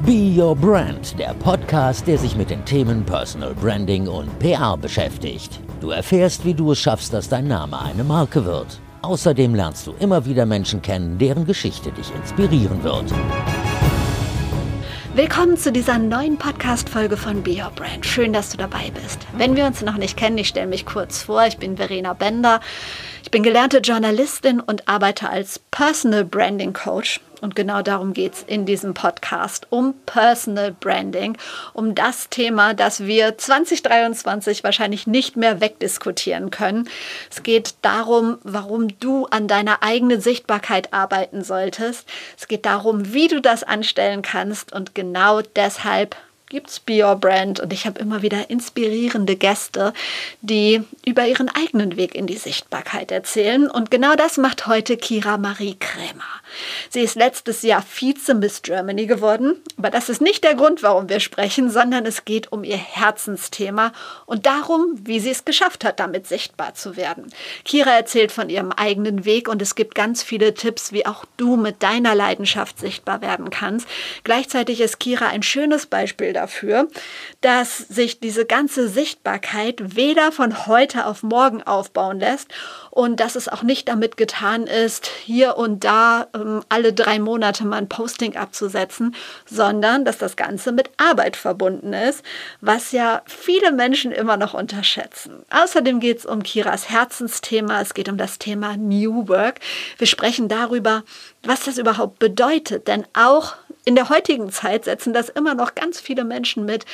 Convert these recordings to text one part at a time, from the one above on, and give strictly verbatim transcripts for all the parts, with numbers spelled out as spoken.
Be Your Brand, der Podcast, der sich mit den Themen Personal Branding und P R beschäftigt. Du erfährst, wie du es schaffst, dass dein Name eine Marke wird. Außerdem lernst du immer wieder Menschen kennen, deren Geschichte dich inspirieren wird. Willkommen zu dieser neuen Podcast-Folge von Be Your Brand. Schön, dass du dabei bist. Wenn wir uns noch nicht kennen, ich stelle mich kurz vor. Ich bin Verena Bender. Ich bin gelernte Journalistin und arbeite als Personal Branding Coach. Und genau darum geht es in diesem Podcast, um Personal Branding, um das Thema, das wir zwanzig dreiundzwanzig wahrscheinlich nicht mehr wegdiskutieren können. Es geht darum, warum du an deiner eigenen Sichtbarkeit arbeiten solltest. Es geht darum, wie du das anstellen kannst, und genau deshalb gibt's Be Your Brand, und ich habe immer wieder inspirierende Gäste, die über ihren eigenen Weg in die Sichtbarkeit erzählen. Und genau das macht heute Kira Marie Krämer. Sie ist letztes Jahr Vize-Miss Germany geworden, aber das ist nicht der Grund, warum wir sprechen, sondern es geht um ihr Herzensthema und darum, wie sie es geschafft hat, damit sichtbar zu werden. Kira erzählt von ihrem eigenen Weg, und es gibt ganz viele Tipps, wie auch du mit deiner Leidenschaft sichtbar werden kannst. Gleichzeitig ist Kira ein schönes Beispiel dafür, dass sich diese ganze Sichtbarkeit weder von heute auf morgen aufbauen lässt und dass es auch nicht damit getan ist, hier und da ähm, alle drei Monate mal ein Posting abzusetzen, sondern dass das Ganze mit Arbeit verbunden ist, was ja viele Menschen immer noch unterschätzen. Außerdem geht es um Kiras Herzensthema. Es geht um das Thema New Work. Wir sprechen darüber, was das überhaupt bedeutet, denn auch in der heutigen Zeit setzen das immer noch ganz viele Menschen mit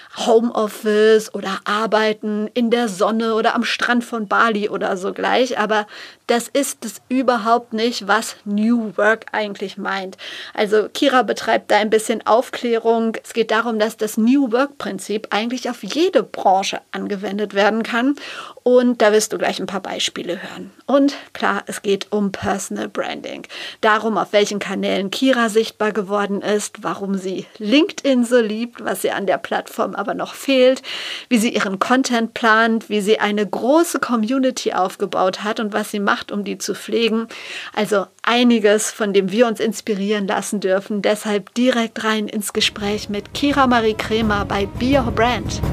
Homeoffice oder Arbeiten in der Sonne oder am Strand von Bali oder so gleich. Aber das ist es überhaupt nicht, was New Work eigentlich meint. Also Kira betreibt da ein bisschen Aufklärung. Es geht darum, dass das New Work-Prinzip eigentlich auf jede Branche angewendet werden kann. Und da wirst du gleich ein paar Beispiele hören. Und klar, es geht um Personal Branding. Darum, auf welchen Kanälen Kira sichtbar geworden ist, warum sie LinkedIn so liebt, was sie an der Plattform aber noch fehlt, wie sie ihren Content plant, wie sie eine große Community aufgebaut hat und was sie macht, um die zu pflegen. Also einiges, von dem wir uns inspirieren lassen dürfen. Deshalb direkt rein ins Gespräch mit Kira Marie Krämer bei Be Your Brand.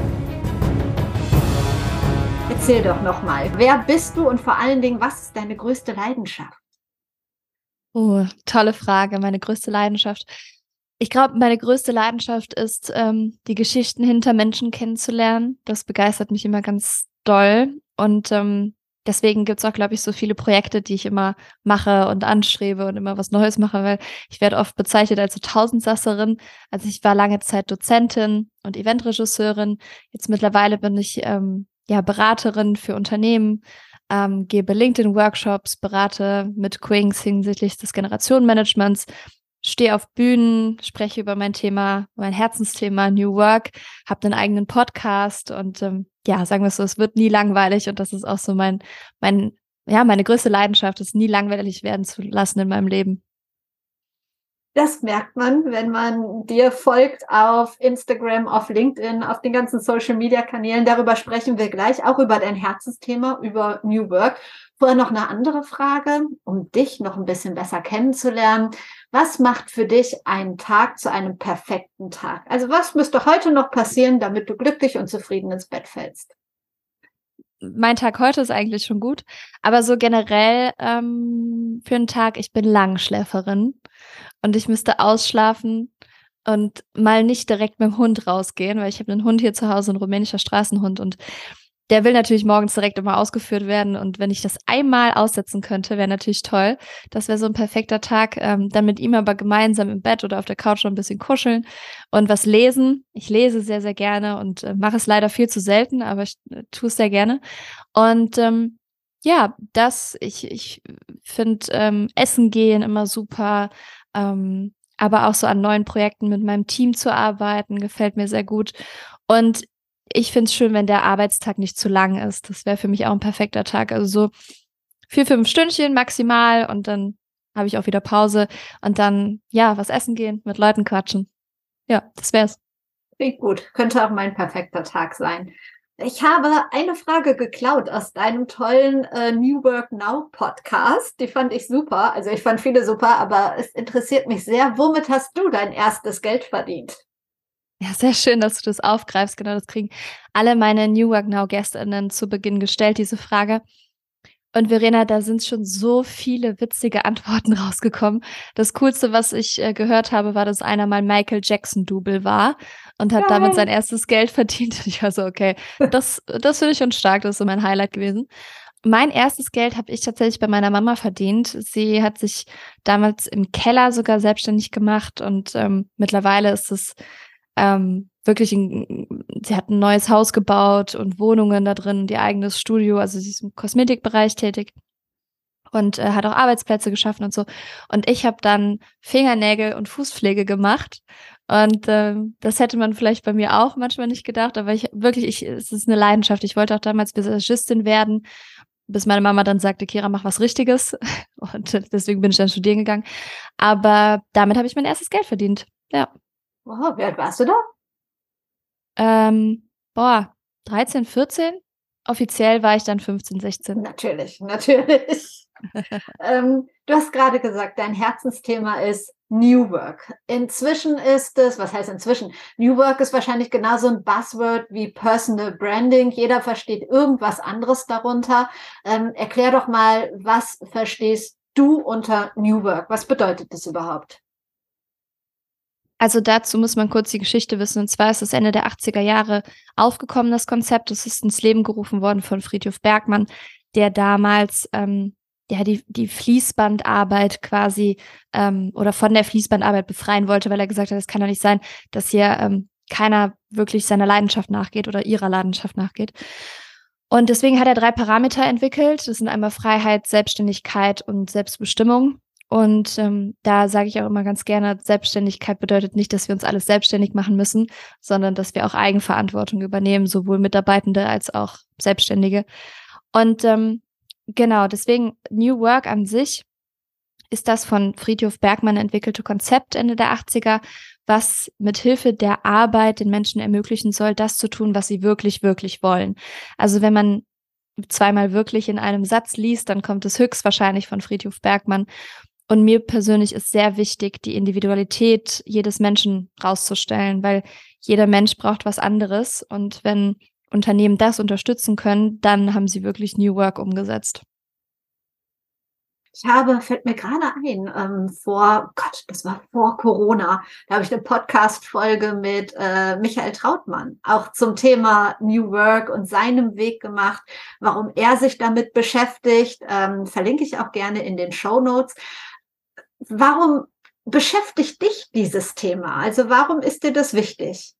Erzähl doch nochmal, wer bist du und vor allen Dingen, was ist deine größte Leidenschaft? Oh, tolle Frage. Meine größte Leidenschaft. Ich glaube, meine größte Leidenschaft ist, ähm, die Geschichten hinter Menschen kennenzulernen. Das begeistert mich immer ganz doll. Und ähm, deswegen gibt es auch, glaube ich, so viele Projekte, die ich immer mache und anstrebe und immer was Neues mache, weil ich werde oft bezeichnet als so Tausendsasserin. Also ich war lange Zeit Dozentin und Eventregisseurin. Jetzt mittlerweile bin ich ähm, ja Beraterin für Unternehmen, ähm, gebe LinkedIn-Workshops, berate mit Quinks hinsichtlich des Generationenmanagements, stehe auf Bühnen, spreche über mein Thema, mein Herzensthema New Work, habe einen eigenen Podcast und ähm, ja, sagen wir es so, es wird nie langweilig, und das ist auch so mein, mein, ja, meine größte Leidenschaft, es nie langweilig werden zu lassen in meinem Leben. Das merkt man, wenn man dir folgt auf Instagram, auf LinkedIn, auf den ganzen Social-Media-Kanälen. Darüber sprechen wir gleich, auch über dein Herzensthema, über New Work. Vorher noch eine andere Frage, um dich noch ein bisschen besser kennenzulernen. Was macht für dich einen Tag zu einem perfekten Tag? Also was müsste heute noch passieren, damit du glücklich und zufrieden ins Bett fällst? Mein Tag heute ist eigentlich schon gut, aber so generell ähm, für einen Tag, ich bin Langschläferin und ich müsste ausschlafen und mal nicht direkt mit dem Hund rausgehen, weil ich habe einen Hund hier zu Hause, ein rumänischer Straßenhund, und der will natürlich morgens direkt immer ausgeführt werden, und wenn ich das einmal aussetzen könnte, wäre natürlich toll. Das wäre so ein perfekter Tag, ähm, dann mit ihm aber gemeinsam im Bett oder auf der Couch noch ein bisschen kuscheln und was lesen. Ich lese sehr, sehr gerne und äh, mache es leider viel zu selten, aber ich äh, tue es sehr gerne. Und ähm, ja, das, ich, ich finde ähm, Essen gehen immer super, ähm, aber auch so an neuen Projekten mit meinem Team zu arbeiten, gefällt mir sehr gut. Und ich finde es schön, wenn der Arbeitstag nicht zu lang ist. Das wäre für mich auch ein perfekter Tag. Also so vier, fünf Stündchen maximal, und dann habe ich auch wieder Pause und dann, ja, was essen gehen, mit Leuten quatschen. Ja, das wär's. Klingt gut. Könnte auch mein perfekter Tag sein. Ich habe eine Frage geklaut aus deinem tollen äh, New Work Now Podcast. Die fand ich super. Also ich fand viele super, aber es interessiert mich sehr. Womit hast du dein erstes Geld verdient? Ja, sehr schön, dass du das aufgreifst. Genau, das kriegen alle meine New Work Now GästInnen zu Beginn gestellt, diese Frage. Und Verena, da sind schon so viele witzige Antworten rausgekommen. Das Coolste, was ich äh, gehört habe, war, dass einer mal Michael Jackson-Double war und hat Geil. damit sein erstes Geld verdient. Und ich war so, okay, das, das finde ich schon stark, das ist so mein Highlight gewesen. Mein erstes Geld habe ich tatsächlich bei meiner Mama verdient. Sie hat sich damals im Keller sogar selbstständig gemacht und ähm, mittlerweile ist es ähm, wirklich, ein, sie hat ein neues Haus gebaut und Wohnungen da drin, ihr eigenes Studio, also sie ist im Kosmetikbereich tätig und äh, hat auch Arbeitsplätze geschaffen und so. Und ich habe dann Fingernägel und Fußpflege gemacht und ähm, das hätte man vielleicht bei mir auch manchmal nicht gedacht, aber ich wirklich, ich, es ist eine Leidenschaft. Ich wollte auch damals Visagistin werden, bis meine Mama dann sagte, Kira, mach was Richtiges und deswegen bin ich dann studieren gegangen. Aber damit habe ich mein erstes Geld verdient, ja. Wow, wie alt warst du da? Ähm, boah, dreizehn, vierzehn? Offiziell war ich dann fünfzehn, sechzehn. Natürlich, natürlich. ähm, du hast gerade gesagt, dein Herzensthema ist New Work. Inzwischen ist es, was heißt inzwischen? New Work ist wahrscheinlich genauso ein Buzzword wie Personal Branding. Jeder versteht irgendwas anderes darunter. Ähm, erklär doch mal, was verstehst du unter New Work? Was bedeutet das überhaupt? Also dazu muss man kurz die Geschichte wissen. Und zwar ist es Ende der achtziger Jahre aufgekommen, das Konzept. Es ist ins Leben gerufen worden von Friedhof Bergmann, der damals ähm, ja die, die Fließbandarbeit quasi ähm, oder von der Fließbandarbeit befreien wollte, weil er gesagt hat, es kann doch nicht sein, dass hier ähm, keiner wirklich seiner Leidenschaft nachgeht oder ihrer Leidenschaft nachgeht. Und deswegen hat er drei Parameter entwickelt. Das sind einmal Freiheit, Selbstständigkeit und Selbstbestimmung. Und ähm, da sage ich auch immer ganz gerne, Selbstständigkeit bedeutet nicht, dass wir uns alles selbstständig machen müssen, sondern dass wir auch Eigenverantwortung übernehmen, sowohl Mitarbeitende als auch Selbstständige. Und ähm, genau, deswegen New Work an sich ist das von Friedhof Bergmann entwickelte Konzept Ende der achtziger, was mit Hilfe der Arbeit den Menschen ermöglichen soll, das zu tun, was sie wirklich, wirklich wollen. Also wenn man zweimal wirklich in einem Satz liest, dann kommt es höchstwahrscheinlich von Friedhof Bergmann. Und mir persönlich ist sehr wichtig, die Individualität jedes Menschen rauszustellen, weil jeder Mensch braucht was anderes. Und wenn Unternehmen das unterstützen können, dann haben sie wirklich New Work umgesetzt. Ich habe, fällt mir gerade ein, ähm, vor, Gott, das war vor Corona, da habe ich eine Podcast-Folge mit äh, Michael Trautmann, auch zum Thema New Work und seinem Weg gemacht, warum er sich damit beschäftigt, ähm, verlinke ich auch gerne in den Shownotes. Warum beschäftigt dich dieses Thema? Also warum ist dir das wichtig?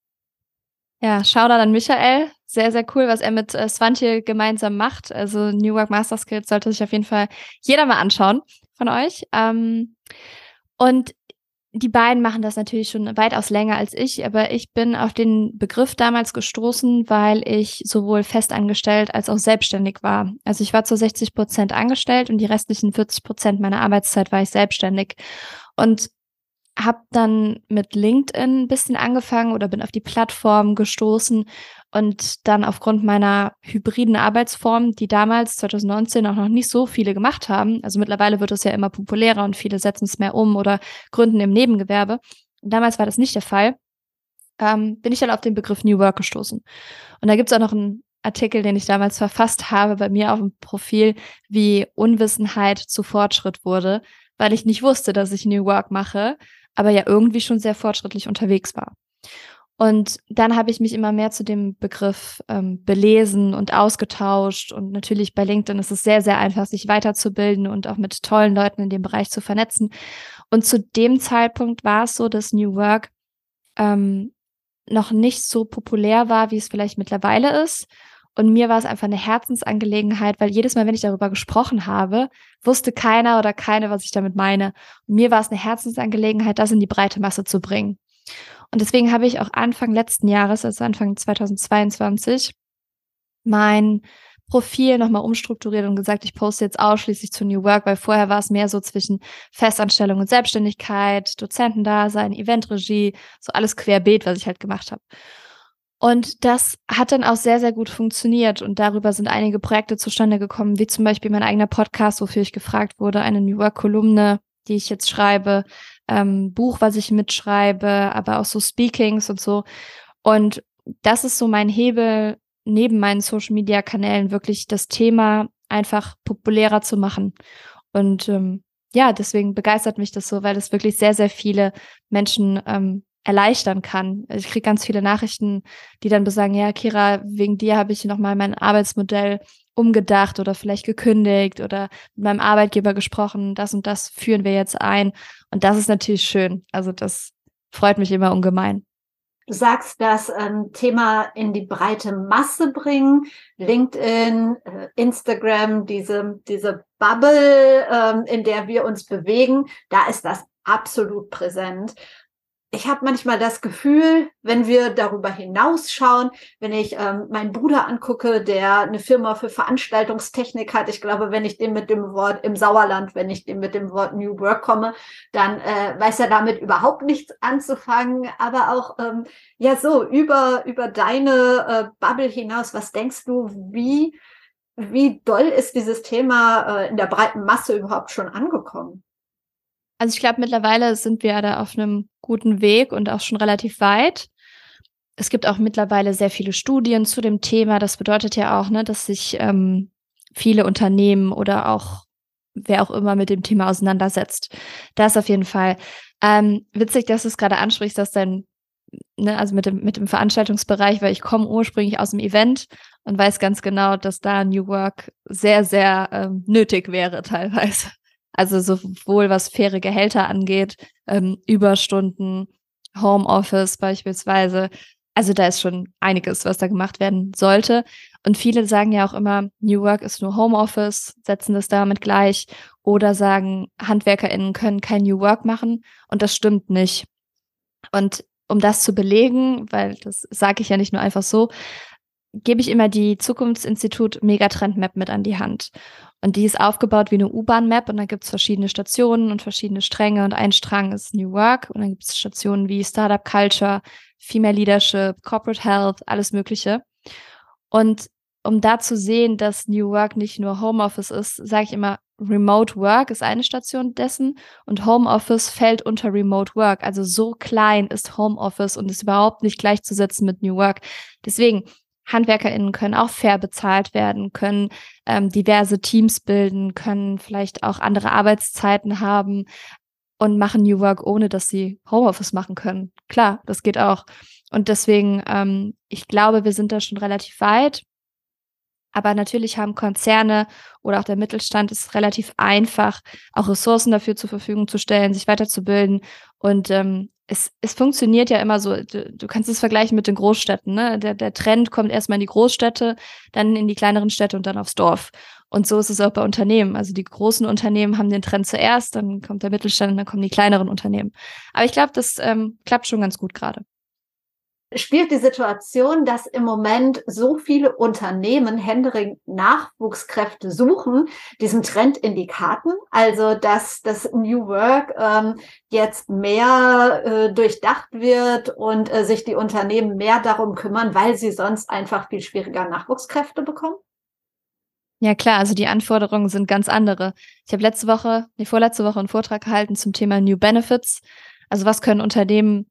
Ja, Shoutout an Michael. Sehr, sehr cool, was er mit äh, Swantje gemeinsam macht. Also New Work Master Skills sollte sich auf jeden Fall jeder mal anschauen von euch. Ähm, und die beiden machen das natürlich schon weitaus länger als ich, aber ich bin auf den Begriff damals gestoßen, weil ich sowohl festangestellt als auch selbstständig war. Also ich war zu sechzig Prozent angestellt und die restlichen vierzig Prozent meiner Arbeitszeit war ich selbstständig. Und habe dann mit LinkedIn ein bisschen angefangen oder bin auf die Plattform gestoßen und dann aufgrund meiner hybriden Arbeitsform, die damals zwanzig neunzehn auch noch nicht so viele gemacht haben, also mittlerweile wird es ja immer populärer und viele setzen es mehr um oder gründen im Nebengewerbe. Und damals war das nicht der Fall, ähm, bin ich dann auf den Begriff New Work gestoßen. Und da gibt es auch noch einen Artikel, den ich damals verfasst habe bei mir auf dem Profil, wie Unwissenheit zu Fortschritt wurde, weil ich nicht wusste, dass ich New Work mache, aber ja irgendwie schon sehr fortschrittlich unterwegs war. Und dann habe ich mich immer mehr zu dem Begriff ähm, belesen und ausgetauscht. Und natürlich bei LinkedIn ist es sehr, sehr einfach, sich weiterzubilden und auch mit tollen Leuten in dem Bereich zu vernetzen. Und zu dem Zeitpunkt war es so, dass New Work ähm, noch nicht so populär war, wie es vielleicht mittlerweile ist. Und mir war es einfach eine Herzensangelegenheit, weil jedes Mal, wenn ich darüber gesprochen habe, wusste keiner oder keine, was ich damit meine. Und mir war es eine Herzensangelegenheit, das in die breite Masse zu bringen. Und deswegen habe ich auch Anfang letzten Jahres, also Anfang zweitausendzweiundzwanzig, mein Profil nochmal umstrukturiert und gesagt, ich poste jetzt ausschließlich zu New Work, weil vorher war es mehr so zwischen Festanstellung und Selbstständigkeit, Dozentendasein, Eventregie, so alles querbeet, was ich halt gemacht habe. Und das hat dann auch sehr, sehr gut funktioniert. Und darüber sind einige Projekte zustande gekommen, wie zum Beispiel mein eigener Podcast, wofür ich gefragt wurde, eine New Work-Kolumne, die ich jetzt schreibe, ähm, Buch, was ich mitschreibe, aber auch so Speakings und so. Und das ist so mein Hebel, neben meinen Social-Media-Kanälen wirklich das Thema einfach populärer zu machen. Und ähm, ja, deswegen begeistert mich das so, weil es wirklich sehr, sehr viele Menschen ähm, erleichtern kann. Ich kriege ganz viele Nachrichten, die dann besagen, ja, Kira, wegen dir habe ich nochmal mein Arbeitsmodell umgedacht oder vielleicht gekündigt oder mit meinem Arbeitgeber gesprochen, das und das führen wir jetzt ein. Und das ist natürlich schön. Also das freut mich immer ungemein. Du sagst, das ähm, Thema in die breite Masse bringen, LinkedIn, äh, Instagram, diese, diese Bubble, ähm, in der wir uns bewegen, da ist das absolut präsent. Ich habe manchmal das Gefühl, wenn wir darüber hinausschauen, wenn ich ähm, meinen Bruder angucke, der eine Firma für Veranstaltungstechnik hat, ich glaube, wenn ich dem mit dem Wort im Sauerland, wenn ich dem mit dem Wort New Work komme, dann äh, weiß er damit überhaupt nichts anzufangen. Aber auch ähm, ja so über über deine äh, Bubble hinaus, was denkst du, wie wie doll ist dieses Thema äh, in der breiten Masse überhaupt schon angekommen? Also ich glaube, mittlerweile sind wir da auf einem guten Weg und auch schon relativ weit. Es gibt auch mittlerweile sehr viele Studien zu dem Thema. Das bedeutet ja auch, ne, dass sich ähm, viele Unternehmen oder auch wer auch immer mit dem Thema auseinandersetzt. Das auf jeden Fall. Ähm, witzig, dass du es gerade ansprichst, dass dein, ne, also mit dem, mit dem Veranstaltungsbereich, weil ich komme ursprünglich aus dem Event und weiß ganz genau, dass da New Work sehr, sehr ähm, nötig wäre teilweise. Also sowohl was faire Gehälter angeht, ähm, Überstunden, Homeoffice beispielsweise. Also da ist schon einiges, was da gemacht werden sollte. Und viele sagen ja auch immer, New Work ist nur Homeoffice, setzen das damit gleich. Oder sagen, HandwerkerInnen können kein New Work machen. Und das stimmt nicht. Und um das zu belegen, weil das sage ich ja nicht nur einfach so, gebe ich immer die Zukunftsinstitut Megatrend Map mit an die Hand. Und die ist aufgebaut wie eine U-Bahn-Map und da gibt es verschiedene Stationen und verschiedene Stränge und ein Strang ist New Work und dann gibt es Stationen wie Startup Culture, Female Leadership, Corporate Health, alles Mögliche. Und um da zu sehen, dass New Work nicht nur Homeoffice ist, sage ich immer, Remote Work ist eine Station dessen und Homeoffice fällt unter Remote Work. Also so klein ist Homeoffice und ist überhaupt nicht gleichzusetzen mit New Work. Deswegen HandwerkerInnen können auch fair bezahlt werden, können ähm, diverse Teams bilden, können vielleicht auch andere Arbeitszeiten haben und machen New Work, ohne dass sie Homeoffice machen können. Klar, das geht auch. Und deswegen, ähm, ich glaube, wir sind da schon relativ weit. Aber natürlich haben Konzerne oder auch der Mittelstand es relativ einfach, auch Ressourcen dafür zur Verfügung zu stellen, sich weiterzubilden. Und ähm, es, es funktioniert ja immer so, du, du kannst es vergleichen mit den Großstädten, ne? Der, der Trend kommt erstmal in die Großstädte, dann in die kleineren Städte und dann aufs Dorf. Und so ist es auch bei Unternehmen. Also die großen Unternehmen haben den Trend zuerst, dann kommt der Mittelstand und dann kommen die kleineren Unternehmen. Aber ich glaube, das ähm, klappt schon ganz gut gerade. Spielt die Situation, dass im Moment so viele Unternehmen händeringend Nachwuchskräfte suchen, diesem Trend in die Karten? Also, dass das New Work ähm, jetzt mehr äh, durchdacht wird und äh, sich die Unternehmen mehr darum kümmern, weil sie sonst einfach viel schwieriger Nachwuchskräfte bekommen? Ja klar, also die Anforderungen sind ganz andere. Ich habe letzte Woche, nee, vorletzte Woche einen Vortrag gehalten zum Thema New Benefits. Also was können Unternehmen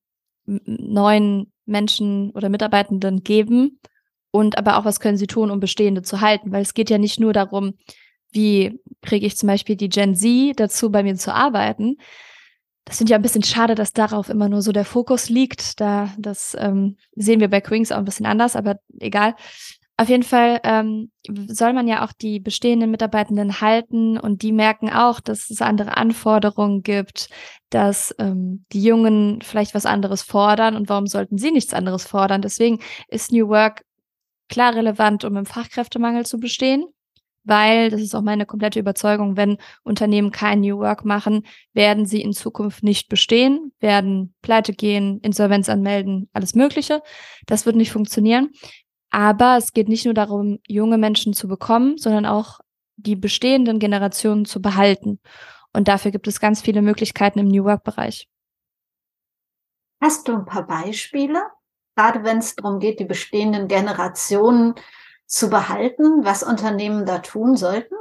neuen Menschen oder Mitarbeitenden geben und aber auch, was können sie tun, um Bestehende zu halten, weil es geht ja nicht nur darum, wie kriege ich zum Beispiel die Gen Z dazu, bei mir zu arbeiten. Das finde ich ja ein bisschen schade, dass darauf immer nur so der Fokus liegt. Da, das ähm, sehen wir bei Queens auch ein bisschen anders, aber egal. Auf jeden Fall ähm, soll man ja auch die bestehenden Mitarbeitenden halten und die merken auch, dass es andere Anforderungen gibt, dass ähm, die Jungen vielleicht was anderes fordern und warum sollten sie nichts anderes fordern? Deswegen ist New Work klar relevant, um im Fachkräftemangel zu bestehen, weil, das ist auch meine komplette Überzeugung, wenn Unternehmen kein New Work machen, werden sie in Zukunft nicht bestehen, werden pleite gehen, Insolvenz anmelden, alles Mögliche. Das wird nicht funktionieren. Aber es geht nicht nur darum, junge Menschen zu bekommen, sondern auch die bestehenden Generationen zu behalten. Und dafür gibt es ganz viele Möglichkeiten im New Work-Bereich. Hast du ein paar Beispiele? gerade wenn es darum geht, die bestehenden Generationen zu behalten, was Unternehmen da tun sollten?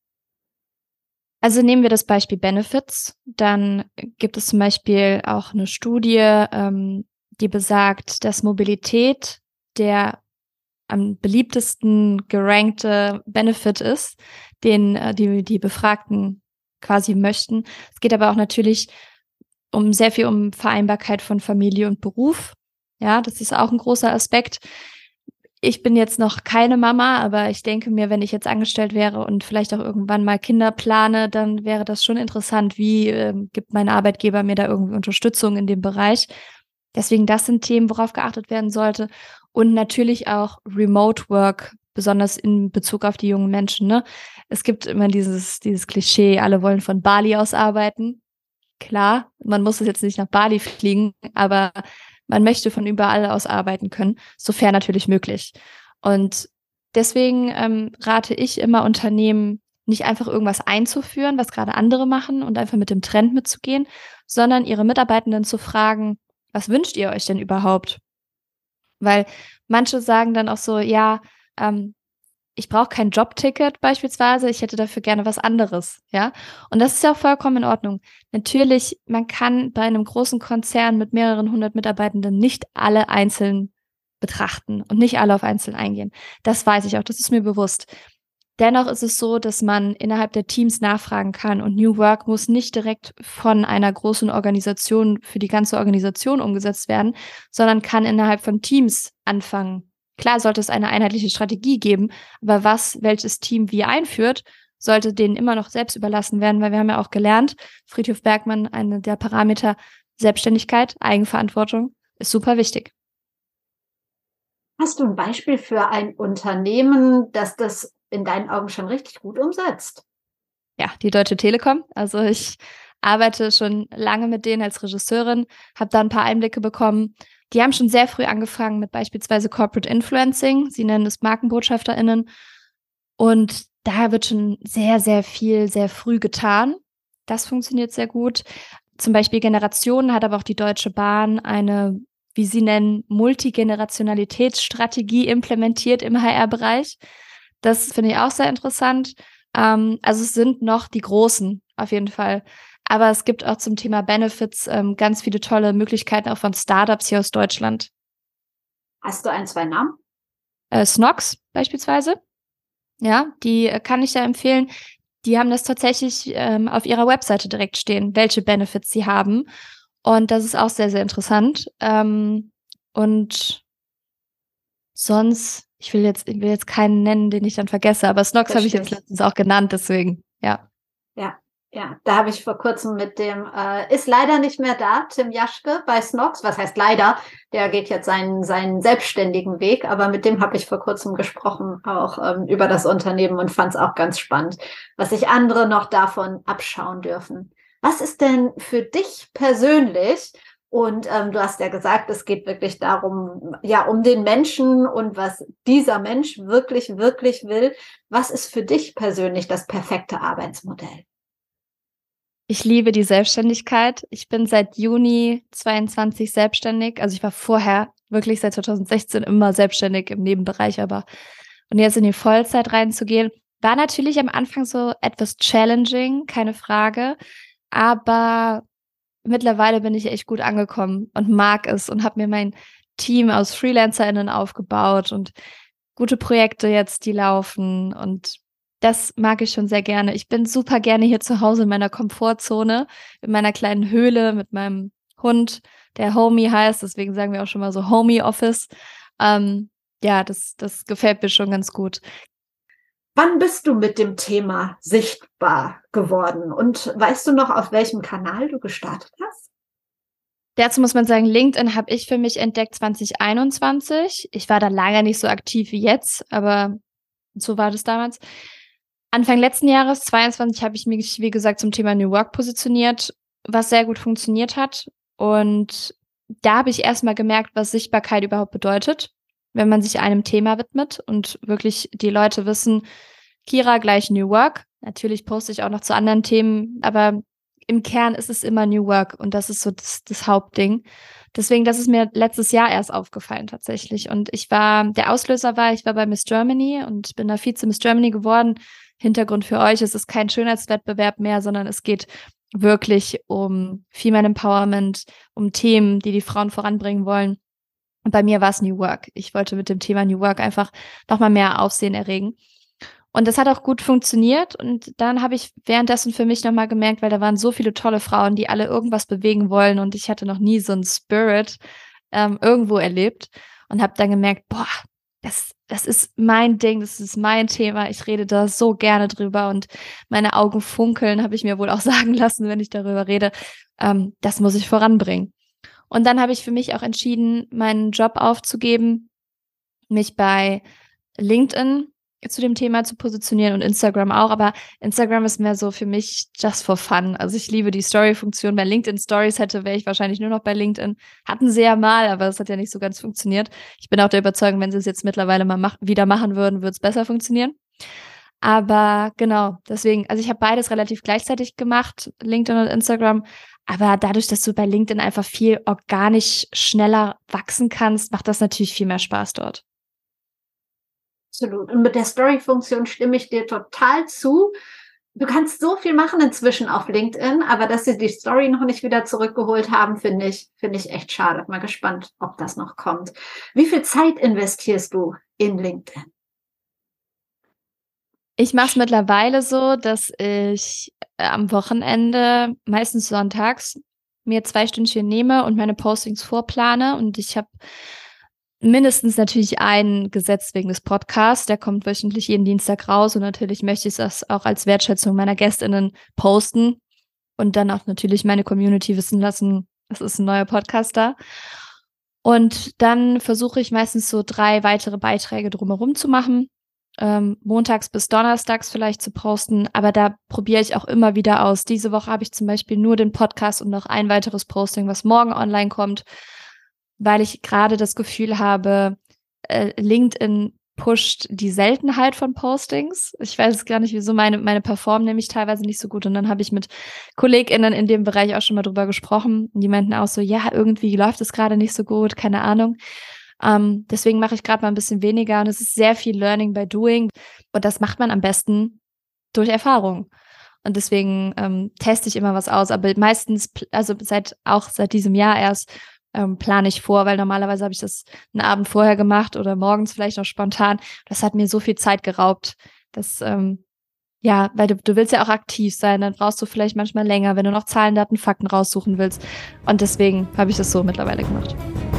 Also nehmen wir das Beispiel Benefits. Dann gibt es zum Beispiel auch eine Studie, ähm, die besagt, dass Mobilität der am beliebtesten gerankte Benefit ist, den äh, die, die Befragten quasi möchten. Es geht aber auch natürlich um sehr viel um Vereinbarkeit von Familie und Beruf. Ja, das ist auch ein großer Aspekt. Ich bin jetzt noch keine Mama, aber ich denke mir, wenn ich jetzt angestellt wäre und vielleicht auch irgendwann mal Kinder plane, dann wäre das schon interessant. Wie äh, gibt mein Arbeitgeber mir da irgendwie Unterstützung in dem Bereich? Deswegen, das sind Themen, worauf geachtet werden sollte. Und natürlich auch Remote Work, besonders in Bezug auf die jungen Menschen. Ne? Es gibt immer dieses, dieses Klischee, alle wollen von Bali aus arbeiten. Klar, man muss jetzt nicht nach Bali fliegen, aber man möchte von überall aus arbeiten können, sofern natürlich möglich. Und deswegen ähm, rate ich immer Unternehmen, nicht einfach irgendwas einzuführen, was gerade andere machen und einfach mit dem Trend mitzugehen, sondern ihre Mitarbeitenden zu fragen, was wünscht ihr euch denn überhaupt? Weil manche sagen dann auch so, ja, ähm, ich brauche kein Jobticket beispielsweise, ich hätte dafür gerne was anderes, ja. Und das ist ja auch vollkommen in Ordnung. Natürlich, man kann bei einem großen Konzern mit mehreren hundert Mitarbeitenden nicht alle einzeln betrachten und nicht alle auf einzeln eingehen. Das weiß ich auch, das ist mir bewusst. Dennoch ist es so, dass man innerhalb der Teams nachfragen kann und New Work muss nicht direkt von einer großen Organisation für die ganze Organisation umgesetzt werden, sondern kann innerhalb von Teams anfangen. Klar sollte es eine einheitliche Strategie geben, aber was welches Team wie einführt, sollte denen immer noch selbst überlassen werden, weil wir haben ja auch gelernt, Friedhof Bergmann, einer der Parameter Selbstständigkeit, Eigenverantwortung, ist super wichtig. Hast du ein Beispiel für ein Unternehmen, das das in deinen Augen schon richtig gut umsetzt? Ja, die Deutsche Telekom. Also ich arbeite schon lange mit denen als Regisseurin, habe da ein paar Einblicke bekommen. Die haben schon sehr früh angefangen mit beispielsweise Corporate Influencing. Sie nennen es MarkenbotschafterInnen. Und da wird schon sehr, sehr viel, sehr früh getan. Das funktioniert sehr gut. Zum Beispiel Generationen hat aber auch die Deutsche Bahn eine, wie sie nennen, Multigenerationalitätsstrategie implementiert im H R-Bereich. Das finde ich auch sehr interessant. Ähm, also es sind noch die Großen auf jeden Fall. Aber es gibt auch zum Thema Benefits ähm, ganz viele tolle Möglichkeiten auch von Startups hier aus Deutschland. Hast du ein, zwei Namen? Äh, Snox beispielsweise. Ja, die äh, kann ich da empfehlen. Die haben das tatsächlich ähm, auf ihrer Webseite direkt stehen, welche Benefits sie haben. Und das ist auch sehr, sehr interessant. Ähm, und sonst, ich will jetzt, ich will jetzt keinen nennen, den ich dann vergesse, aber Snox habe ich jetzt letztens auch genannt, deswegen, ja. Ja, ja, da habe ich vor kurzem mit dem, äh, ist leider nicht mehr da, Tim Jaschke bei Snox, was heißt leider, der geht jetzt seinen, seinen selbstständigen Weg, aber mit dem habe ich vor kurzem gesprochen, auch ähm, über das Unternehmen und fand es auch ganz spannend, was sich andere noch davon abschauen dürfen. Was ist denn für dich persönlich, und ähm, du hast ja gesagt, es geht wirklich darum, ja, um den Menschen und was dieser Mensch wirklich, wirklich will. Was ist für dich persönlich das perfekte Arbeitsmodell? Ich liebe die Selbstständigkeit. Ich bin seit Juni zweiundzwanzig selbstständig. Also ich war vorher wirklich seit zweitausendsechzehn immer selbstständig im Nebenbereich, aber und jetzt in die Vollzeit reinzugehen, war natürlich am Anfang so etwas challenging, keine Frage. Aber mittlerweile bin ich echt gut angekommen und mag es und habe mir mein Team aus FreelancerInnen aufgebaut und gute Projekte jetzt, die laufen und das mag ich schon sehr gerne. Ich bin super gerne hier zu Hause in meiner Komfortzone, in meiner kleinen Höhle mit meinem Hund, der Homie heißt, deswegen sagen wir auch schon mal so Homie Office. Ähm, ja, das, das gefällt mir schon ganz gut. Wann bist du mit dem Thema sichtbar geworden? Und weißt du noch, auf welchem Kanal du gestartet hast? Dazu muss man sagen, LinkedIn habe ich für mich entdeckt zwanzig einundzwanzig. Ich war da lange nicht so aktiv wie jetzt, aber so war das damals. Anfang letzten Jahres, zweiundzwanzig, habe ich mich, wie gesagt, zum Thema New Work positioniert, was sehr gut funktioniert hat. Und da habe ich erstmal gemerkt, was Sichtbarkeit überhaupt bedeutet, wenn man sich einem Thema widmet und wirklich die Leute wissen, Kira gleich New Work. Natürlich poste ich auch noch zu anderen Themen, aber im Kern ist es immer New Work und das ist so das, das Hauptding. Deswegen, das ist mir letztes Jahr erst aufgefallen tatsächlich. Und ich war, der Auslöser war, ich war bei Miss Germany und bin da Vize Miss Germany geworden. Hintergrund für euch, es ist kein Schönheitswettbewerb mehr, sondern es geht wirklich um Female Empowerment, um Themen, die die Frauen voranbringen wollen. Und bei mir war es New Work. Ich wollte mit dem Thema New Work einfach nochmal mehr Aufsehen erregen. Und das hat auch gut funktioniert. Und dann habe ich währenddessen für mich nochmal gemerkt, weil da waren so viele tolle Frauen, die alle irgendwas bewegen wollen. Und ich hatte noch nie so einen Spirit ähm, irgendwo erlebt. Und habe dann gemerkt, boah, das, das ist mein Ding, das ist mein Thema. Ich rede da so gerne drüber. Und meine Augen funkeln, habe ich mir wohl auch sagen lassen, wenn ich darüber rede. Ähm, das muss ich voranbringen. Und dann habe ich für mich auch entschieden, meinen Job aufzugeben, mich bei LinkedIn zu dem Thema zu positionieren und Instagram auch, aber Instagram ist mehr so für mich just for fun. Also ich liebe die Story-Funktion. Wenn LinkedIn Stories hätte, wäre ich wahrscheinlich nur noch bei LinkedIn. Hatten sie ja mal, aber das hat ja nicht so ganz funktioniert. Ich bin auch der Überzeugung, wenn sie es jetzt mittlerweile mal mach- wieder machen würden, würde es besser funktionieren. Aber genau, deswegen, also ich habe beides relativ gleichzeitig gemacht, LinkedIn und Instagram. Aber dadurch, dass du bei LinkedIn einfach viel organisch schneller wachsen kannst, macht das natürlich viel mehr Spaß dort. Absolut. Und mit der Story-Funktion stimme ich dir total zu. Du kannst so viel machen inzwischen auf LinkedIn, aber dass sie die Story noch nicht wieder zurückgeholt haben, finde ich, finde ich echt schade. Mal gespannt, ob das noch kommt. Wie viel Zeit investierst du in LinkedIn? Ich mache es mittlerweile so, dass ich am Wochenende, meistens sonntags, mir zwei Stündchen nehme und meine Postings vorplane. Und ich habe mindestens natürlich einen gesetzt wegen des Podcasts. Der kommt wöchentlich jeden Dienstag raus. Und natürlich möchte ich das auch als Wertschätzung meiner GästInnen posten. Und dann auch natürlich meine Community wissen lassen, es ist ein neuer Podcast da. Und dann versuche ich meistens so drei weitere Beiträge drumherum zu machen. Ähm, montags bis donnerstags vielleicht zu posten, aber da probiere ich auch immer wieder aus. Diese Woche habe ich zum Beispiel nur den Podcast und noch ein weiteres Posting, was morgen online kommt, weil ich gerade das Gefühl habe, äh, LinkedIn pusht die Seltenheit von Postings. Ich weiß gar nicht, wieso meine, meine performen nämlich teilweise nicht so gut. Und dann habe ich mit KollegInnen in dem Bereich auch schon mal drüber gesprochen. Und die meinten auch so, ja, irgendwie läuft es gerade nicht so gut, keine Ahnung. Um, deswegen mache ich gerade mal ein bisschen weniger und es ist sehr viel Learning by Doing und das macht man am besten durch Erfahrung. Und deswegen ähm, teste ich immer was aus, aber meistens, also seit auch seit diesem Jahr erst, ähm, plane ich vor, weil normalerweise habe ich das einen Abend vorher gemacht oder morgens vielleicht noch spontan. Das hat mir so viel Zeit geraubt, dass, ähm, ja, weil du, du willst ja auch aktiv sein, dann brauchst du vielleicht manchmal länger, wenn du noch Zahlen, Daten, Fakten raussuchen willst. Und deswegen habe ich das so mittlerweile gemacht.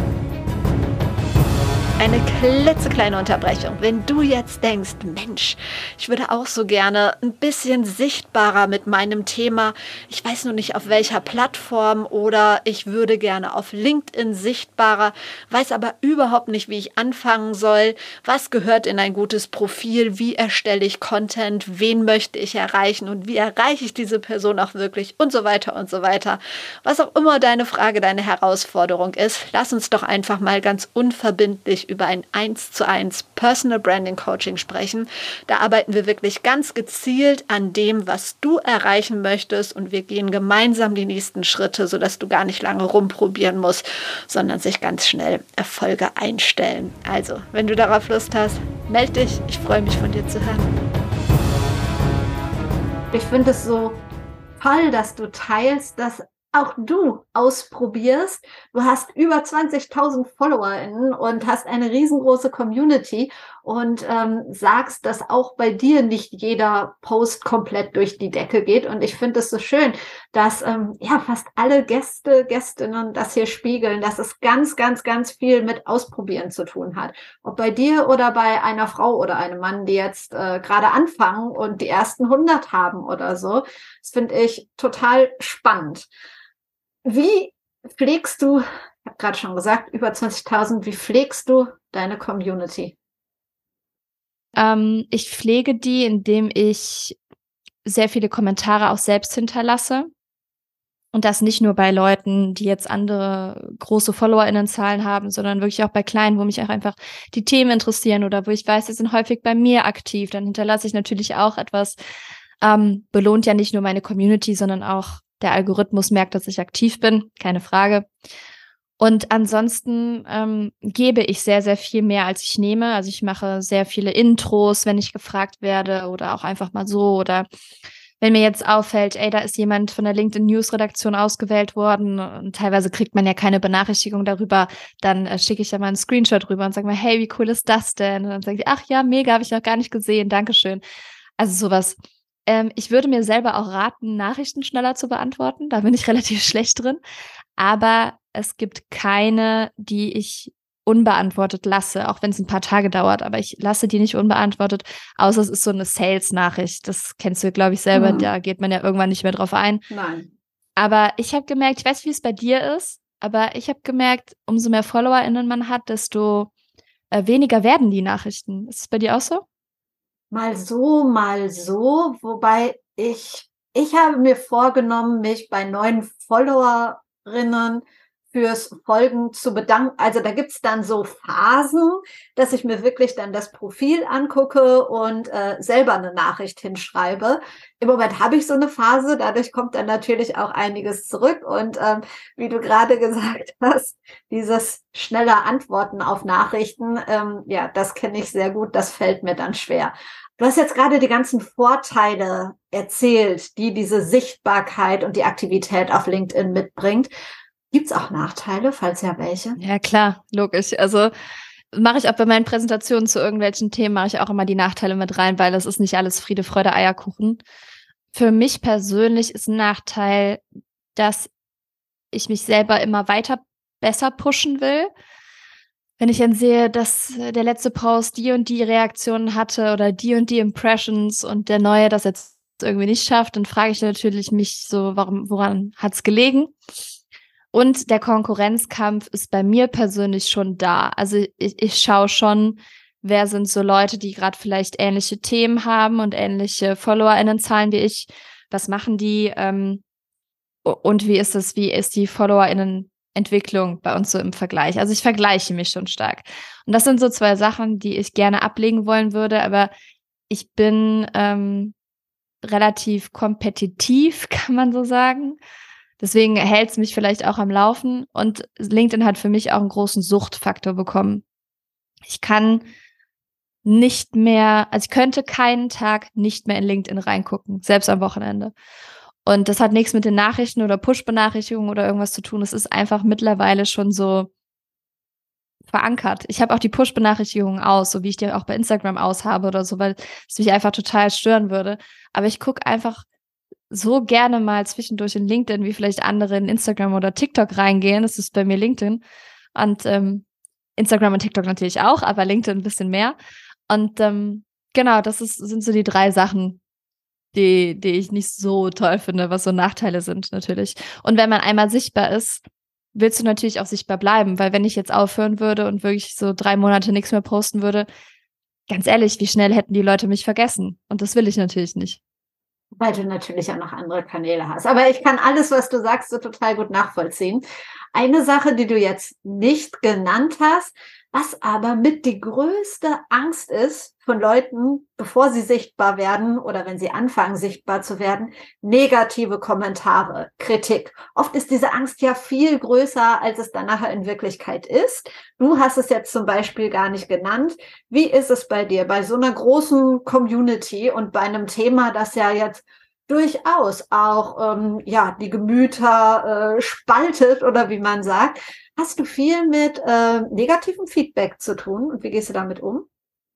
Eine klitzekleine Unterbrechung. Wenn du jetzt denkst, Mensch, ich würde auch so gerne ein bisschen sichtbarer mit meinem Thema, ich weiß nur nicht auf welcher Plattform oder ich würde gerne auf LinkedIn sichtbarer, weiß aber überhaupt nicht, wie ich anfangen soll, was gehört in ein gutes Profil, wie erstelle ich Content, wen möchte ich erreichen und wie erreiche ich diese Person auch wirklich und so weiter und so weiter. Was auch immer deine Frage, deine Herausforderung ist, lass uns doch einfach mal ganz unverbindlich über ein eins zu eins Personal Branding Coaching sprechen. Da arbeiten wir wirklich ganz gezielt an dem, was du erreichen möchtest und wir gehen gemeinsam die nächsten Schritte, sodass du gar nicht lange rumprobieren musst, sondern sich ganz schnell Erfolge einstellen. Also, wenn du darauf Lust hast, melde dich. Ich freue mich, von dir zu hören. Ich finde es so toll, dass du teilst, dass auch du ausprobierst. Du hast über zwanzigtausend FollowerInnen und hast eine riesengroße Community und ähm, sagst, dass auch bei dir nicht jeder Post komplett durch die Decke geht. Und ich finde es so schön, dass ähm, ja fast alle Gäste, Gästinnen das hier spiegeln, dass es ganz, ganz, ganz viel mit Ausprobieren zu tun hat. Ob bei dir oder bei einer Frau oder einem Mann, die jetzt äh, gerade anfangen und die ersten hundert haben oder so. Das finde ich total spannend. Wie pflegst du, ich habe gerade schon gesagt, über zwanzigtausend, wie pflegst du deine Community? Ähm, ich pflege die, indem ich sehr viele Kommentare auch selbst hinterlasse. Und das nicht nur bei Leuten, die jetzt andere große FollowerInnenzahlen haben, sondern wirklich auch bei kleinen, wo mich auch einfach die Themen interessieren oder wo ich weiß, sie sind häufig bei mir aktiv. Dann hinterlasse ich natürlich auch etwas, ähm, belohnt ja nicht nur meine Community, sondern auch Der Algorithmus merkt, dass ich aktiv bin, keine Frage. Und ansonsten ähm, gebe ich sehr, sehr viel mehr, als ich nehme. Also ich mache sehr viele Intros, wenn ich gefragt werde oder auch einfach mal so. Oder wenn mir jetzt auffällt, ey, da ist jemand von der LinkedIn-News-Redaktion ausgewählt worden und teilweise kriegt man ja keine Benachrichtigung darüber, dann äh, schicke ich da mal einen Screenshot rüber und sage mal, hey, wie cool ist das denn? Und dann sagen die, ach ja, mega, habe ich noch gar nicht gesehen, Dankeschön. Also sowas. Ähm, ich würde mir selber auch raten, Nachrichten schneller zu beantworten. Da bin ich relativ schlecht drin. Aber es gibt keine, die ich unbeantwortet lasse, auch wenn es ein paar Tage dauert. Aber ich lasse die nicht unbeantwortet, außer es ist so eine Sales-Nachricht. Das kennst du, glaube ich, selber. Mhm. Da geht man ja irgendwann nicht mehr drauf ein. Nein. Aber ich habe gemerkt, ich weiß nicht, wie es bei dir ist, aber ich habe gemerkt, umso mehr FollowerInnen man hat, desto äh, weniger werden die Nachrichten. Ist es bei dir auch so? Mal so, mal so. Wobei ich, ich habe mir vorgenommen, mich bei neuen Followerinnen fürs Folgen zu bedanken. Also da gibt's dann so Phasen, dass ich mir wirklich dann das Profil angucke und äh, selber eine Nachricht hinschreibe. Im Moment habe ich so eine Phase, dadurch kommt dann natürlich auch einiges zurück. Und ähm, wie du gerade gesagt hast, dieses schnelle Antworten auf Nachrichten, ähm, ja, das kenne ich sehr gut, das fällt mir dann schwer. Du hast jetzt gerade die ganzen Vorteile erzählt, die diese Sichtbarkeit und die Aktivität auf LinkedIn mitbringt. Gibt es auch Nachteile, falls ja welche? Ja, klar, logisch. Also mache ich auch bei meinen Präsentationen zu irgendwelchen Themen, mache ich auch immer die Nachteile mit rein, weil das ist nicht alles Friede, Freude, Eierkuchen. Für mich persönlich ist ein Nachteil, dass ich mich selber immer weiter besser pushen will. Wenn ich dann sehe, dass der letzte Post die und die Reaktionen hatte oder die und die Impressions und der neue das jetzt irgendwie nicht schafft, dann frage ich natürlich mich so, warum, woran hat es gelegen? Und der Konkurrenzkampf ist bei mir persönlich schon da. Also ich, ich schaue schon, wer sind so Leute, die gerade vielleicht ähnliche Themen haben und ähnliche FollowerInnenzahlen wie ich. Was machen die? Ähm, und wie ist das, wie ist die FollowerInnen-Entwicklung bei uns so im Vergleich? Also ich vergleiche mich schon stark. Und das sind so zwei Sachen, die ich gerne ablegen wollen würde, aber ich bin ähm, relativ kompetitiv, kann man so sagen. Deswegen hält es mich vielleicht auch am Laufen. Und LinkedIn hat für mich auch einen großen Suchtfaktor bekommen. Ich kann nicht mehr, also ich könnte keinen Tag nicht mehr in LinkedIn reingucken, selbst am Wochenende. Und das hat nichts mit den Nachrichten oder Push-Benachrichtigungen oder irgendwas zu tun. Es ist einfach mittlerweile schon so verankert. Ich habe auch die Push-Benachrichtigungen aus, so wie ich die auch bei Instagram aus habe oder so, weil es mich einfach total stören würde. Aber ich gucke einfach so gerne mal zwischendurch in LinkedIn, wie vielleicht andere in Instagram oder TikTok reingehen. Das ist bei mir LinkedIn. Und ähm, Instagram und TikTok natürlich auch, aber LinkedIn ein bisschen mehr. Und ähm, genau, das ist, sind so die drei Sachen, die, die ich nicht so toll finde, was so Nachteile sind natürlich. Und wenn man einmal sichtbar ist, willst du natürlich auch sichtbar bleiben, weil wenn ich jetzt aufhören würde und wirklich so drei Monate nichts mehr posten würde, ganz ehrlich, wie schnell hätten die Leute mich vergessen? Und das will ich natürlich nicht. Weil du natürlich auch noch andere Kanäle hast. Aber ich kann alles, was du sagst, so total gut nachvollziehen. Eine Sache, die du jetzt nicht genannt hast, was aber mit die größte Angst ist von Leuten, bevor sie sichtbar werden oder wenn sie anfangen, sichtbar zu werden, negative Kommentare, Kritik. Oft ist diese Angst ja viel größer, als es dann nachher in Wirklichkeit ist. Du hast es jetzt zum Beispiel gar nicht genannt. Wie ist es bei dir, bei so einer großen Community und bei einem Thema, das ja jetzt durchaus auch ähm, ja die Gemüter äh, spaltet oder wie man sagt? Hast du viel mit äh, negativem Feedback zu tun und wie gehst du damit um?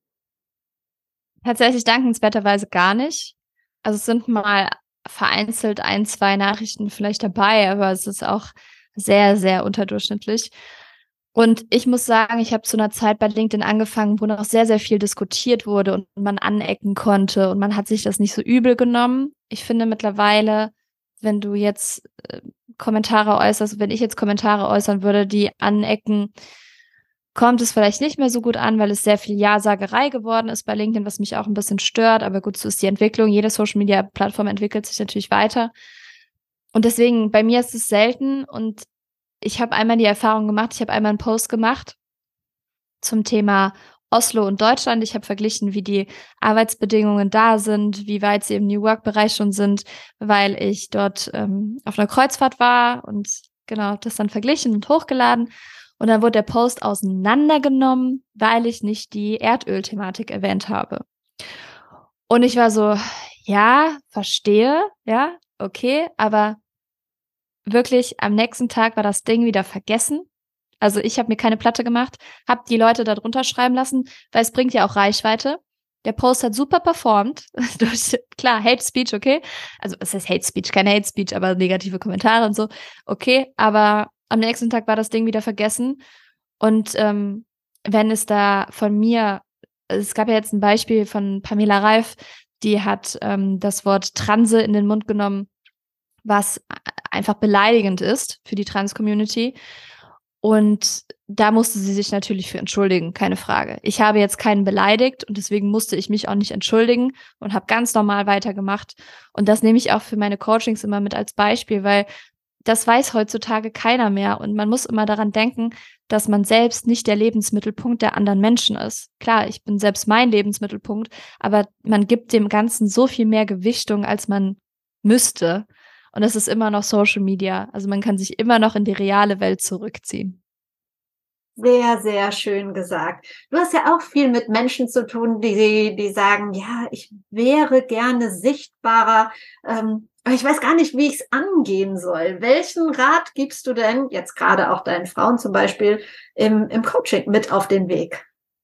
Tatsächlich dankenswerterweise gar nicht. Also es sind mal vereinzelt ein, zwei Nachrichten vielleicht dabei, aber es ist auch sehr, sehr unterdurchschnittlich. Und ich muss sagen, ich habe zu einer Zeit bei LinkedIn angefangen, wo noch sehr, sehr viel diskutiert wurde und man anecken konnte und man hat sich das nicht so übel genommen. Ich finde mittlerweile, wenn du jetzt äh, Kommentare äußerst, wenn ich jetzt Kommentare äußern würde, die anecken, kommt es vielleicht nicht mehr so gut an, weil es sehr viel Ja-Sagerei geworden ist bei LinkedIn, was mich auch ein bisschen stört. Aber gut, so ist die Entwicklung. Jede Social-Media-Plattform entwickelt sich natürlich weiter. Und deswegen, bei mir ist es selten. Und ich habe einmal die Erfahrung gemacht, ich habe einmal einen Post gemacht zum Thema Oslo und Deutschland. Ich habe verglichen, wie die Arbeitsbedingungen da sind, wie weit sie im New Work-Bereich schon sind, weil ich dort ähm, auf einer Kreuzfahrt war und genau das dann verglichen und hochgeladen. Und dann wurde der Post auseinandergenommen, weil ich nicht die Erdöl-Thematik erwähnt habe. Und ich war so, ja, verstehe, ja, okay, aber wirklich am nächsten Tag war das Ding wieder vergessen. Also ich habe mir keine Platte gemacht, habe die Leute da drunter schreiben lassen, weil es bringt ja auch Reichweite. Der Post hat super performt. durch, klar, Hate Speech, okay. Also es heißt Hate Speech, keine Hate Speech, aber negative Kommentare und so. Okay, aber am nächsten Tag war das Ding wieder vergessen. Und ähm, wenn es da von mir, es gab ja jetzt ein Beispiel von Pamela Reif, die hat ähm, das Wort Transe in den Mund genommen, was einfach beleidigend ist für die Trans-Community. Und da musste sie sich natürlich für entschuldigen, keine Frage. Ich habe jetzt keinen beleidigt und deswegen musste ich mich auch nicht entschuldigen und habe ganz normal weitergemacht. Und das nehme ich auch für meine Coachings immer mit als Beispiel, weil das weiß heutzutage keiner mehr. Und man muss immer daran denken, dass man selbst nicht der Lebensmittelpunkt der anderen Menschen ist. Klar, ich bin selbst mein Lebensmittelpunkt, aber man gibt dem Ganzen so viel mehr Gewichtung, als man müsste. Und es ist immer noch Social Media. Also man kann sich immer noch in die reale Welt zurückziehen. Sehr, sehr schön gesagt. Du hast ja auch viel mit Menschen zu tun, die, die sagen, ja, ich wäre gerne sichtbarer, ähm, aber ich weiß gar nicht, wie ich es angehen soll. Welchen Rat gibst du denn, jetzt gerade auch deinen Frauen zum Beispiel, im, im Coaching mit auf den Weg?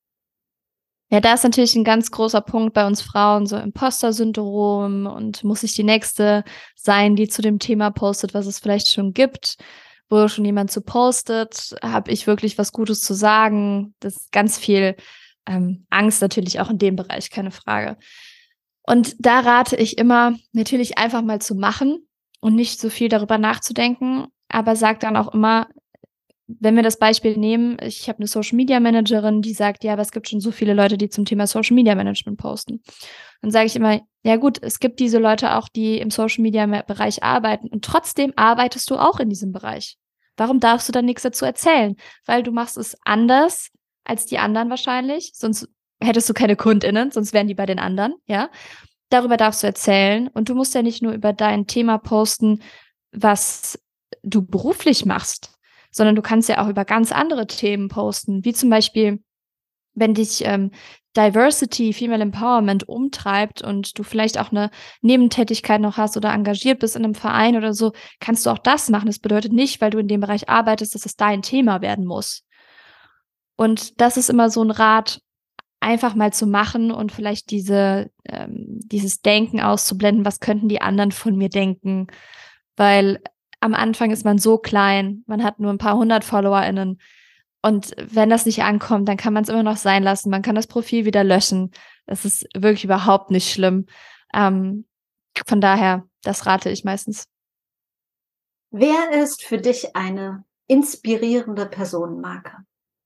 Ja, da ist natürlich ein ganz großer Punkt bei uns Frauen, so Imposter-Syndrom und muss ich die Nächste sein, die zu dem Thema postet, was es vielleicht schon gibt, wo schon jemand zu postet, habe ich wirklich was Gutes zu sagen. Das ist ganz viel ähm, Angst natürlich auch in dem Bereich, keine Frage. Und da rate ich immer, natürlich einfach mal zu machen und nicht so viel darüber nachzudenken, aber sag dann auch immer, wenn wir das Beispiel nehmen, ich habe eine Social-Media-Managerin, die sagt, ja, aber es gibt schon so viele Leute, die zum Thema Social-Media-Management posten. Dann sage ich immer, ja gut, es gibt diese Leute auch, die im Social-Media-Bereich arbeiten und trotzdem arbeitest du auch in diesem Bereich. Warum darfst du dann nichts dazu erzählen? Weil du machst es anders als die anderen wahrscheinlich, sonst hättest du keine KundInnen, sonst wären die bei den anderen, ja. Darüber darfst du erzählen und du musst ja nicht nur über dein Thema posten, was du beruflich machst, sondern du kannst ja auch über ganz andere Themen posten, wie zum Beispiel, wenn dich ähm, Diversity, Female Empowerment umtreibt und du vielleicht auch eine Nebentätigkeit noch hast oder engagiert bist in einem Verein oder so, kannst du auch das machen. Das bedeutet nicht, weil du in dem Bereich arbeitest, dass es dein Thema werden muss. Und das ist immer so ein Rat, einfach mal zu machen und vielleicht diese ähm, dieses Denken auszublenden, was könnten die anderen von mir denken, weil am Anfang ist man so klein, man hat nur ein paar hundert FollowerInnen und wenn das nicht ankommt, dann kann man es immer noch sein lassen, man kann das Profil wieder löschen, das ist wirklich überhaupt nicht schlimm. Ähm, von daher, das rate ich meistens. Wer ist für dich eine inspirierende Personenmarke?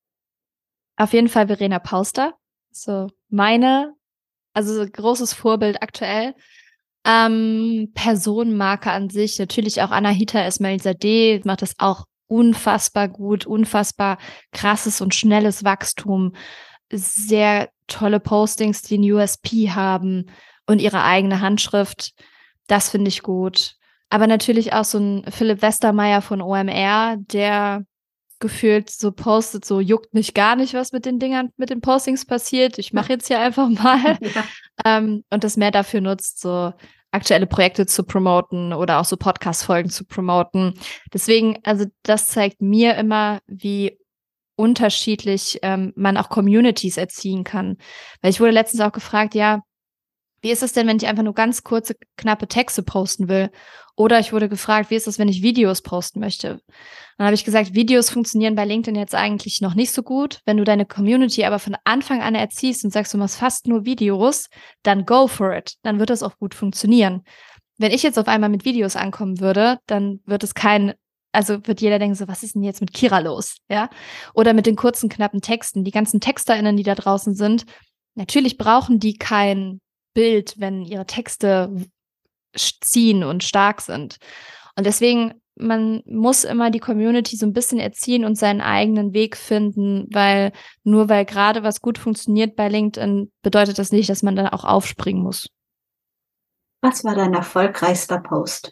Auf jeden Fall Verena Pauster, so meine, also so großes Vorbild aktuell. Ähm, Personenmarke an sich, natürlich auch Anahita Esmailzadeh macht das auch unfassbar gut, unfassbar krasses und schnelles Wachstum, sehr tolle Postings, die ein U S P haben und ihre eigene Handschrift, das finde ich gut. Aber natürlich auch so ein Philipp Westermeier von O M R, der gefühlt so postet, so juckt mich gar nicht, was mit den Dingern, mit den Postings passiert. Ich mache jetzt hier einfach mal. Ja. Ähm, und das mehr dafür nutzt, so aktuelle Projekte zu promoten oder auch so Podcast-Folgen zu promoten. Deswegen, also das zeigt mir immer, wie unterschiedlich ähm, man auch Communities erziehen kann. Weil ich wurde letztens auch gefragt, ja, wie ist es denn, wenn ich einfach nur ganz kurze, knappe Texte posten will? Oder ich wurde gefragt, wie ist es, wenn ich Videos posten möchte? Dann habe ich gesagt, Videos funktionieren bei LinkedIn jetzt eigentlich noch nicht so gut. Wenn du deine Community aber von Anfang an erziehst und sagst, du machst fast nur Videos, dann go for it. Dann wird das auch gut funktionieren. Wenn ich jetzt auf einmal mit Videos ankommen würde, dann wird es kein, also wird jeder denken so, was ist denn jetzt mit Kira los? Ja? Oder mit den kurzen, knappen Texten. Die ganzen TexterInnen, die da draußen sind, natürlich brauchen die kein Bild, wenn ihre Texte ziehen und stark sind. Und deswegen man muss immer die Community so ein bisschen erziehen und seinen eigenen Weg finden, weil nur weil gerade was gut funktioniert bei LinkedIn, bedeutet das nicht, dass man dann auch aufspringen muss. Was war dein erfolgreichster Post?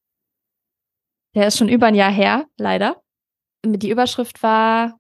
Der ist schon über ein Jahr her, leider. Die Überschrift war,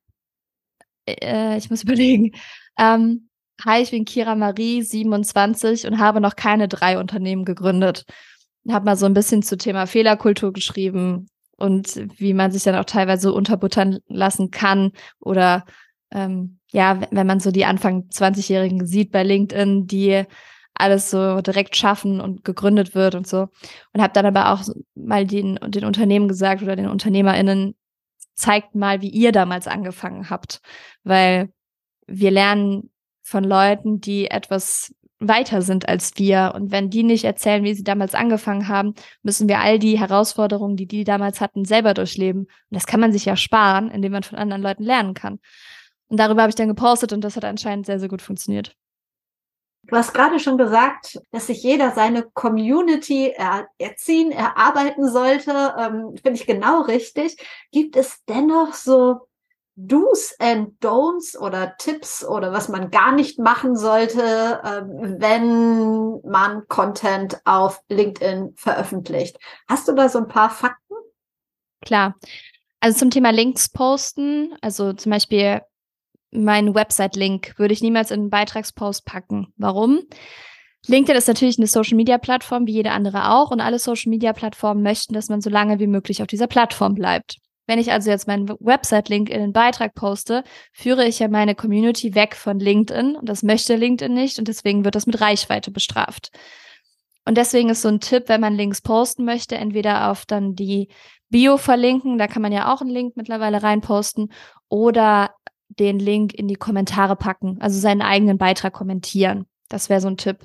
äh, ich muss überlegen, ähm, Hi, ich bin Kira Marie, siebenundzwanzig und habe noch keine drei Unternehmen gegründet. Habe mal so ein bisschen zu Thema Fehlerkultur geschrieben und wie man sich dann auch teilweise unterbuttern lassen kann oder ähm, ja, wenn man so die Anfang zwanzigjährigen sieht bei LinkedIn, die alles so direkt schaffen und gegründet wird und so. Und habe dann aber auch mal den, den Unternehmen gesagt oder den UnternehmerInnen, zeigt mal, wie ihr damals angefangen habt, weil wir lernen von Leuten, die etwas weiter sind als wir. Und wenn die nicht erzählen, wie sie damals angefangen haben, müssen wir all die Herausforderungen, die die damals hatten, selber durchleben. Und das kann man sich ja sparen, indem man von anderen Leuten lernen kann. Und darüber habe ich dann gepostet und das hat anscheinend sehr, sehr gut funktioniert. Du hast gerade schon gesagt, dass sich jeder seine Community er- erziehen, erarbeiten sollte. Ähm, finde ich genau richtig. Gibt es dennoch so Do's and Don'ts oder Tipps oder was man gar nicht machen sollte, ähm, wenn man Content auf LinkedIn veröffentlicht? Hast du da so ein paar Fakten? Klar. Also zum Thema Links posten, also zum Beispiel meinen Website-Link würde ich niemals in einen Beitragspost packen. Warum? LinkedIn ist natürlich eine Social-Media-Plattform, wie jede andere auch. Und alle Social-Media-Plattformen möchten, dass man so lange wie möglich auf dieser Plattform bleibt. Wenn ich also jetzt meinen Website-Link in den Beitrag poste, führe ich ja meine Community weg von LinkedIn. Und das möchte LinkedIn nicht. Und deswegen wird das mit Reichweite bestraft. Und deswegen ist so ein Tipp, wenn man Links posten möchte, entweder auf dann die Bio verlinken, da kann man ja auch einen Link mittlerweile reinposten, oder den Link in die Kommentare packen, also seinen eigenen Beitrag kommentieren. Das wäre so ein Tipp.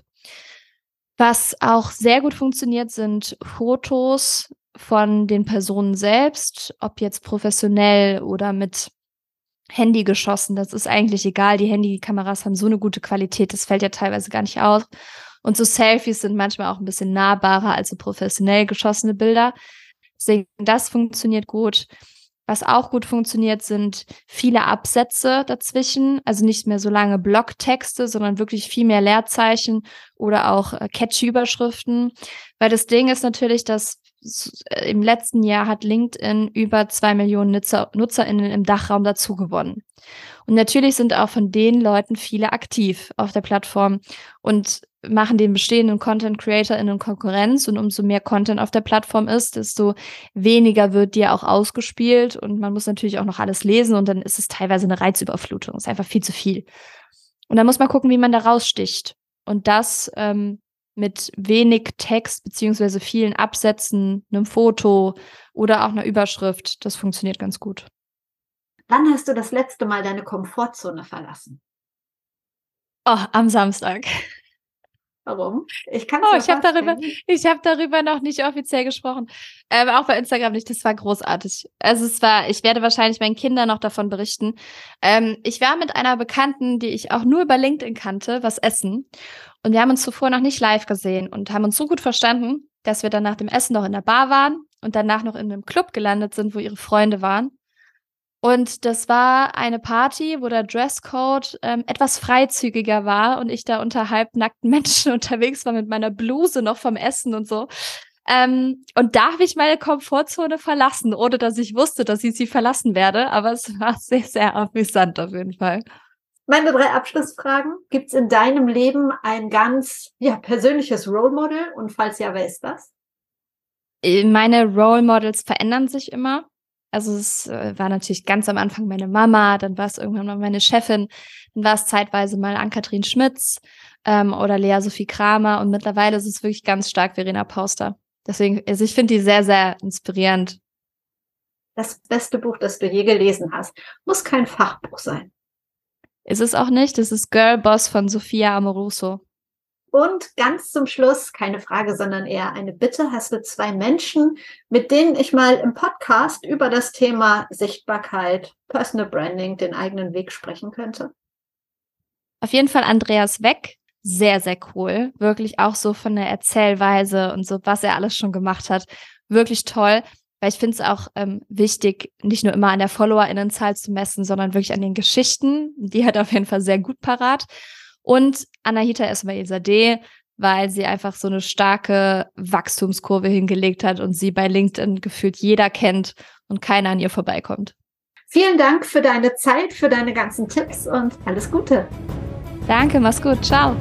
Was auch sehr gut funktioniert, sind Fotos von den Personen selbst, ob jetzt professionell oder mit Handy geschossen. Das ist eigentlich egal. Die Handykameras haben so eine gute Qualität, das fällt ja teilweise gar nicht auf. Und so Selfies sind manchmal auch ein bisschen nahbarer als so professionell geschossene Bilder. Deswegen, das funktioniert gut. Was auch gut funktioniert, sind viele Absätze dazwischen, also nicht mehr so lange Blogtexte, sondern wirklich viel mehr Leerzeichen oder auch äh, catchy Überschriften. Weil das Ding ist natürlich, dass äh, im letzten Jahr hat LinkedIn über zwei Millionen Nutzer, NutzerInnen im Dachraum dazu gewonnen. Und natürlich sind auch von den Leuten viele aktiv auf der Plattform und machen den bestehenden Content-CreatorInnen Konkurrenz. Und umso mehr Content auf der Plattform ist, desto weniger wird dir auch ausgespielt. Und man muss natürlich auch noch alles lesen und dann ist es teilweise eine Reizüberflutung. Es ist einfach viel zu viel. Und dann muss man gucken, wie man da raussticht. Und das ähm, mit wenig Text beziehungsweise vielen Absätzen, einem Foto oder auch einer Überschrift. Das funktioniert ganz gut. Wann hast du das letzte Mal deine Komfortzone verlassen? Oh, am Samstag. Warum? Ich kann Oh, es ich habe darüber, ich habe darüber noch nicht offiziell gesprochen. Ähm, auch bei Instagram nicht. Das war großartig. Also es war, ich werde wahrscheinlich meinen Kindern noch davon berichten. Ähm, ich war mit einer Bekannten, die ich auch nur über LinkedIn kannte, was essen. Und wir haben uns zuvor noch nicht live gesehen und haben uns so gut verstanden, dass wir dann nach dem Essen noch in der Bar waren und danach noch in einem Club gelandet sind, wo ihre Freunde waren. Und das war eine Party, wo der Dresscode ähm, etwas freizügiger war und ich da unter halbnackten Menschen unterwegs war mit meiner Bluse noch vom Essen und so. Ähm, und da habe ich meine Komfortzone verlassen, ohne dass ich wusste, dass ich sie verlassen werde. Aber es war sehr, sehr amüsant auf jeden Fall. Meine drei Abschlussfragen. Gibt es in deinem Leben ein ganz ja, persönliches Role Model? Und falls ja, wer ist das? Meine Role Models verändern sich immer. Also es äh, war natürlich ganz am Anfang meine Mama, dann war es irgendwann mal meine Chefin, dann war es zeitweise mal Ann-Kathrin Schmitz ähm, oder Lea Sophie Kramer und mittlerweile ist es wirklich ganz stark Verena Pauster. Deswegen, also ich finde die sehr, sehr inspirierend. Das beste Buch, das du je gelesen hast. Muss kein Fachbuch sein. Ist es auch nicht. Das ist Girl Boss von Sophia Amoruso. Und ganz zum Schluss, keine Frage, sondern eher eine Bitte. Hast du zwei Menschen, mit denen ich mal im Podcast über das Thema Sichtbarkeit, Personal Branding, den eigenen Weg sprechen könnte? Auf jeden Fall Andreas Weck. Sehr, sehr cool. Wirklich auch so von der Erzählweise und so, was er alles schon gemacht hat. Wirklich toll. weil ich finde es auch ähm, wichtig, nicht nur immer an der FollowerInnenzahl zu messen, sondern wirklich an den Geschichten. Die hat auf jeden Fall sehr gut parat. Und Anahita Esmail-Sadeh, weil sie einfach so eine starke Wachstumskurve hingelegt hat und sie bei LinkedIn gefühlt jeder kennt und keiner an ihr vorbeikommt. Vielen Dank für deine Zeit, für deine ganzen Tipps und alles Gute. Danke, mach's gut. Ciao.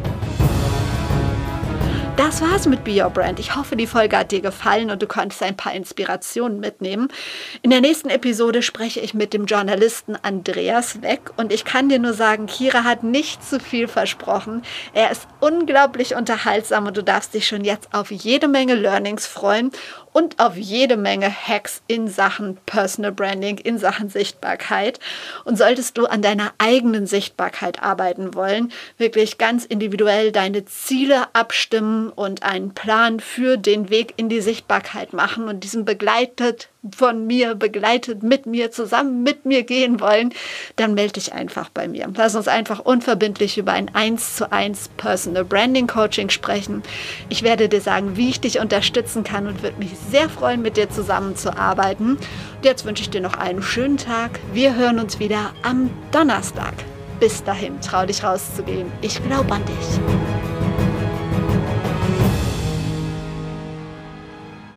Das war's mit Be Your Brand. Ich hoffe, die Folge hat dir gefallen und du konntest ein paar Inspirationen mitnehmen. In der nächsten Episode spreche ich mit dem Journalisten Andreas Weck und ich kann dir nur sagen, Kira hat nicht zu viel versprochen. Er ist unglaublich unterhaltsam und du darfst dich schon jetzt auf jede Menge Learnings freuen und auf jede Menge Hacks in Sachen Personal Branding, in Sachen Sichtbarkeit. Und solltest du an deiner eigenen Sichtbarkeit arbeiten wollen, wirklich ganz individuell deine Ziele abstimmen und einen Plan für den Weg in die Sichtbarkeit machen und diesen begleitet von mir, begleitet mit mir, zusammen mit mir gehen wollen, dann melde dich einfach bei mir. Lass uns einfach unverbindlich über ein eins zu eins Personal Branding Coaching sprechen. Ich werde dir sagen, wie ich dich unterstützen kann und würde mich sehr freuen, mit dir zusammenzuarbeiten. Und jetzt wünsche ich dir noch einen schönen Tag. Wir hören uns wieder am Donnerstag. Bis dahin, trau dich rauszugehen. Ich glaube an dich.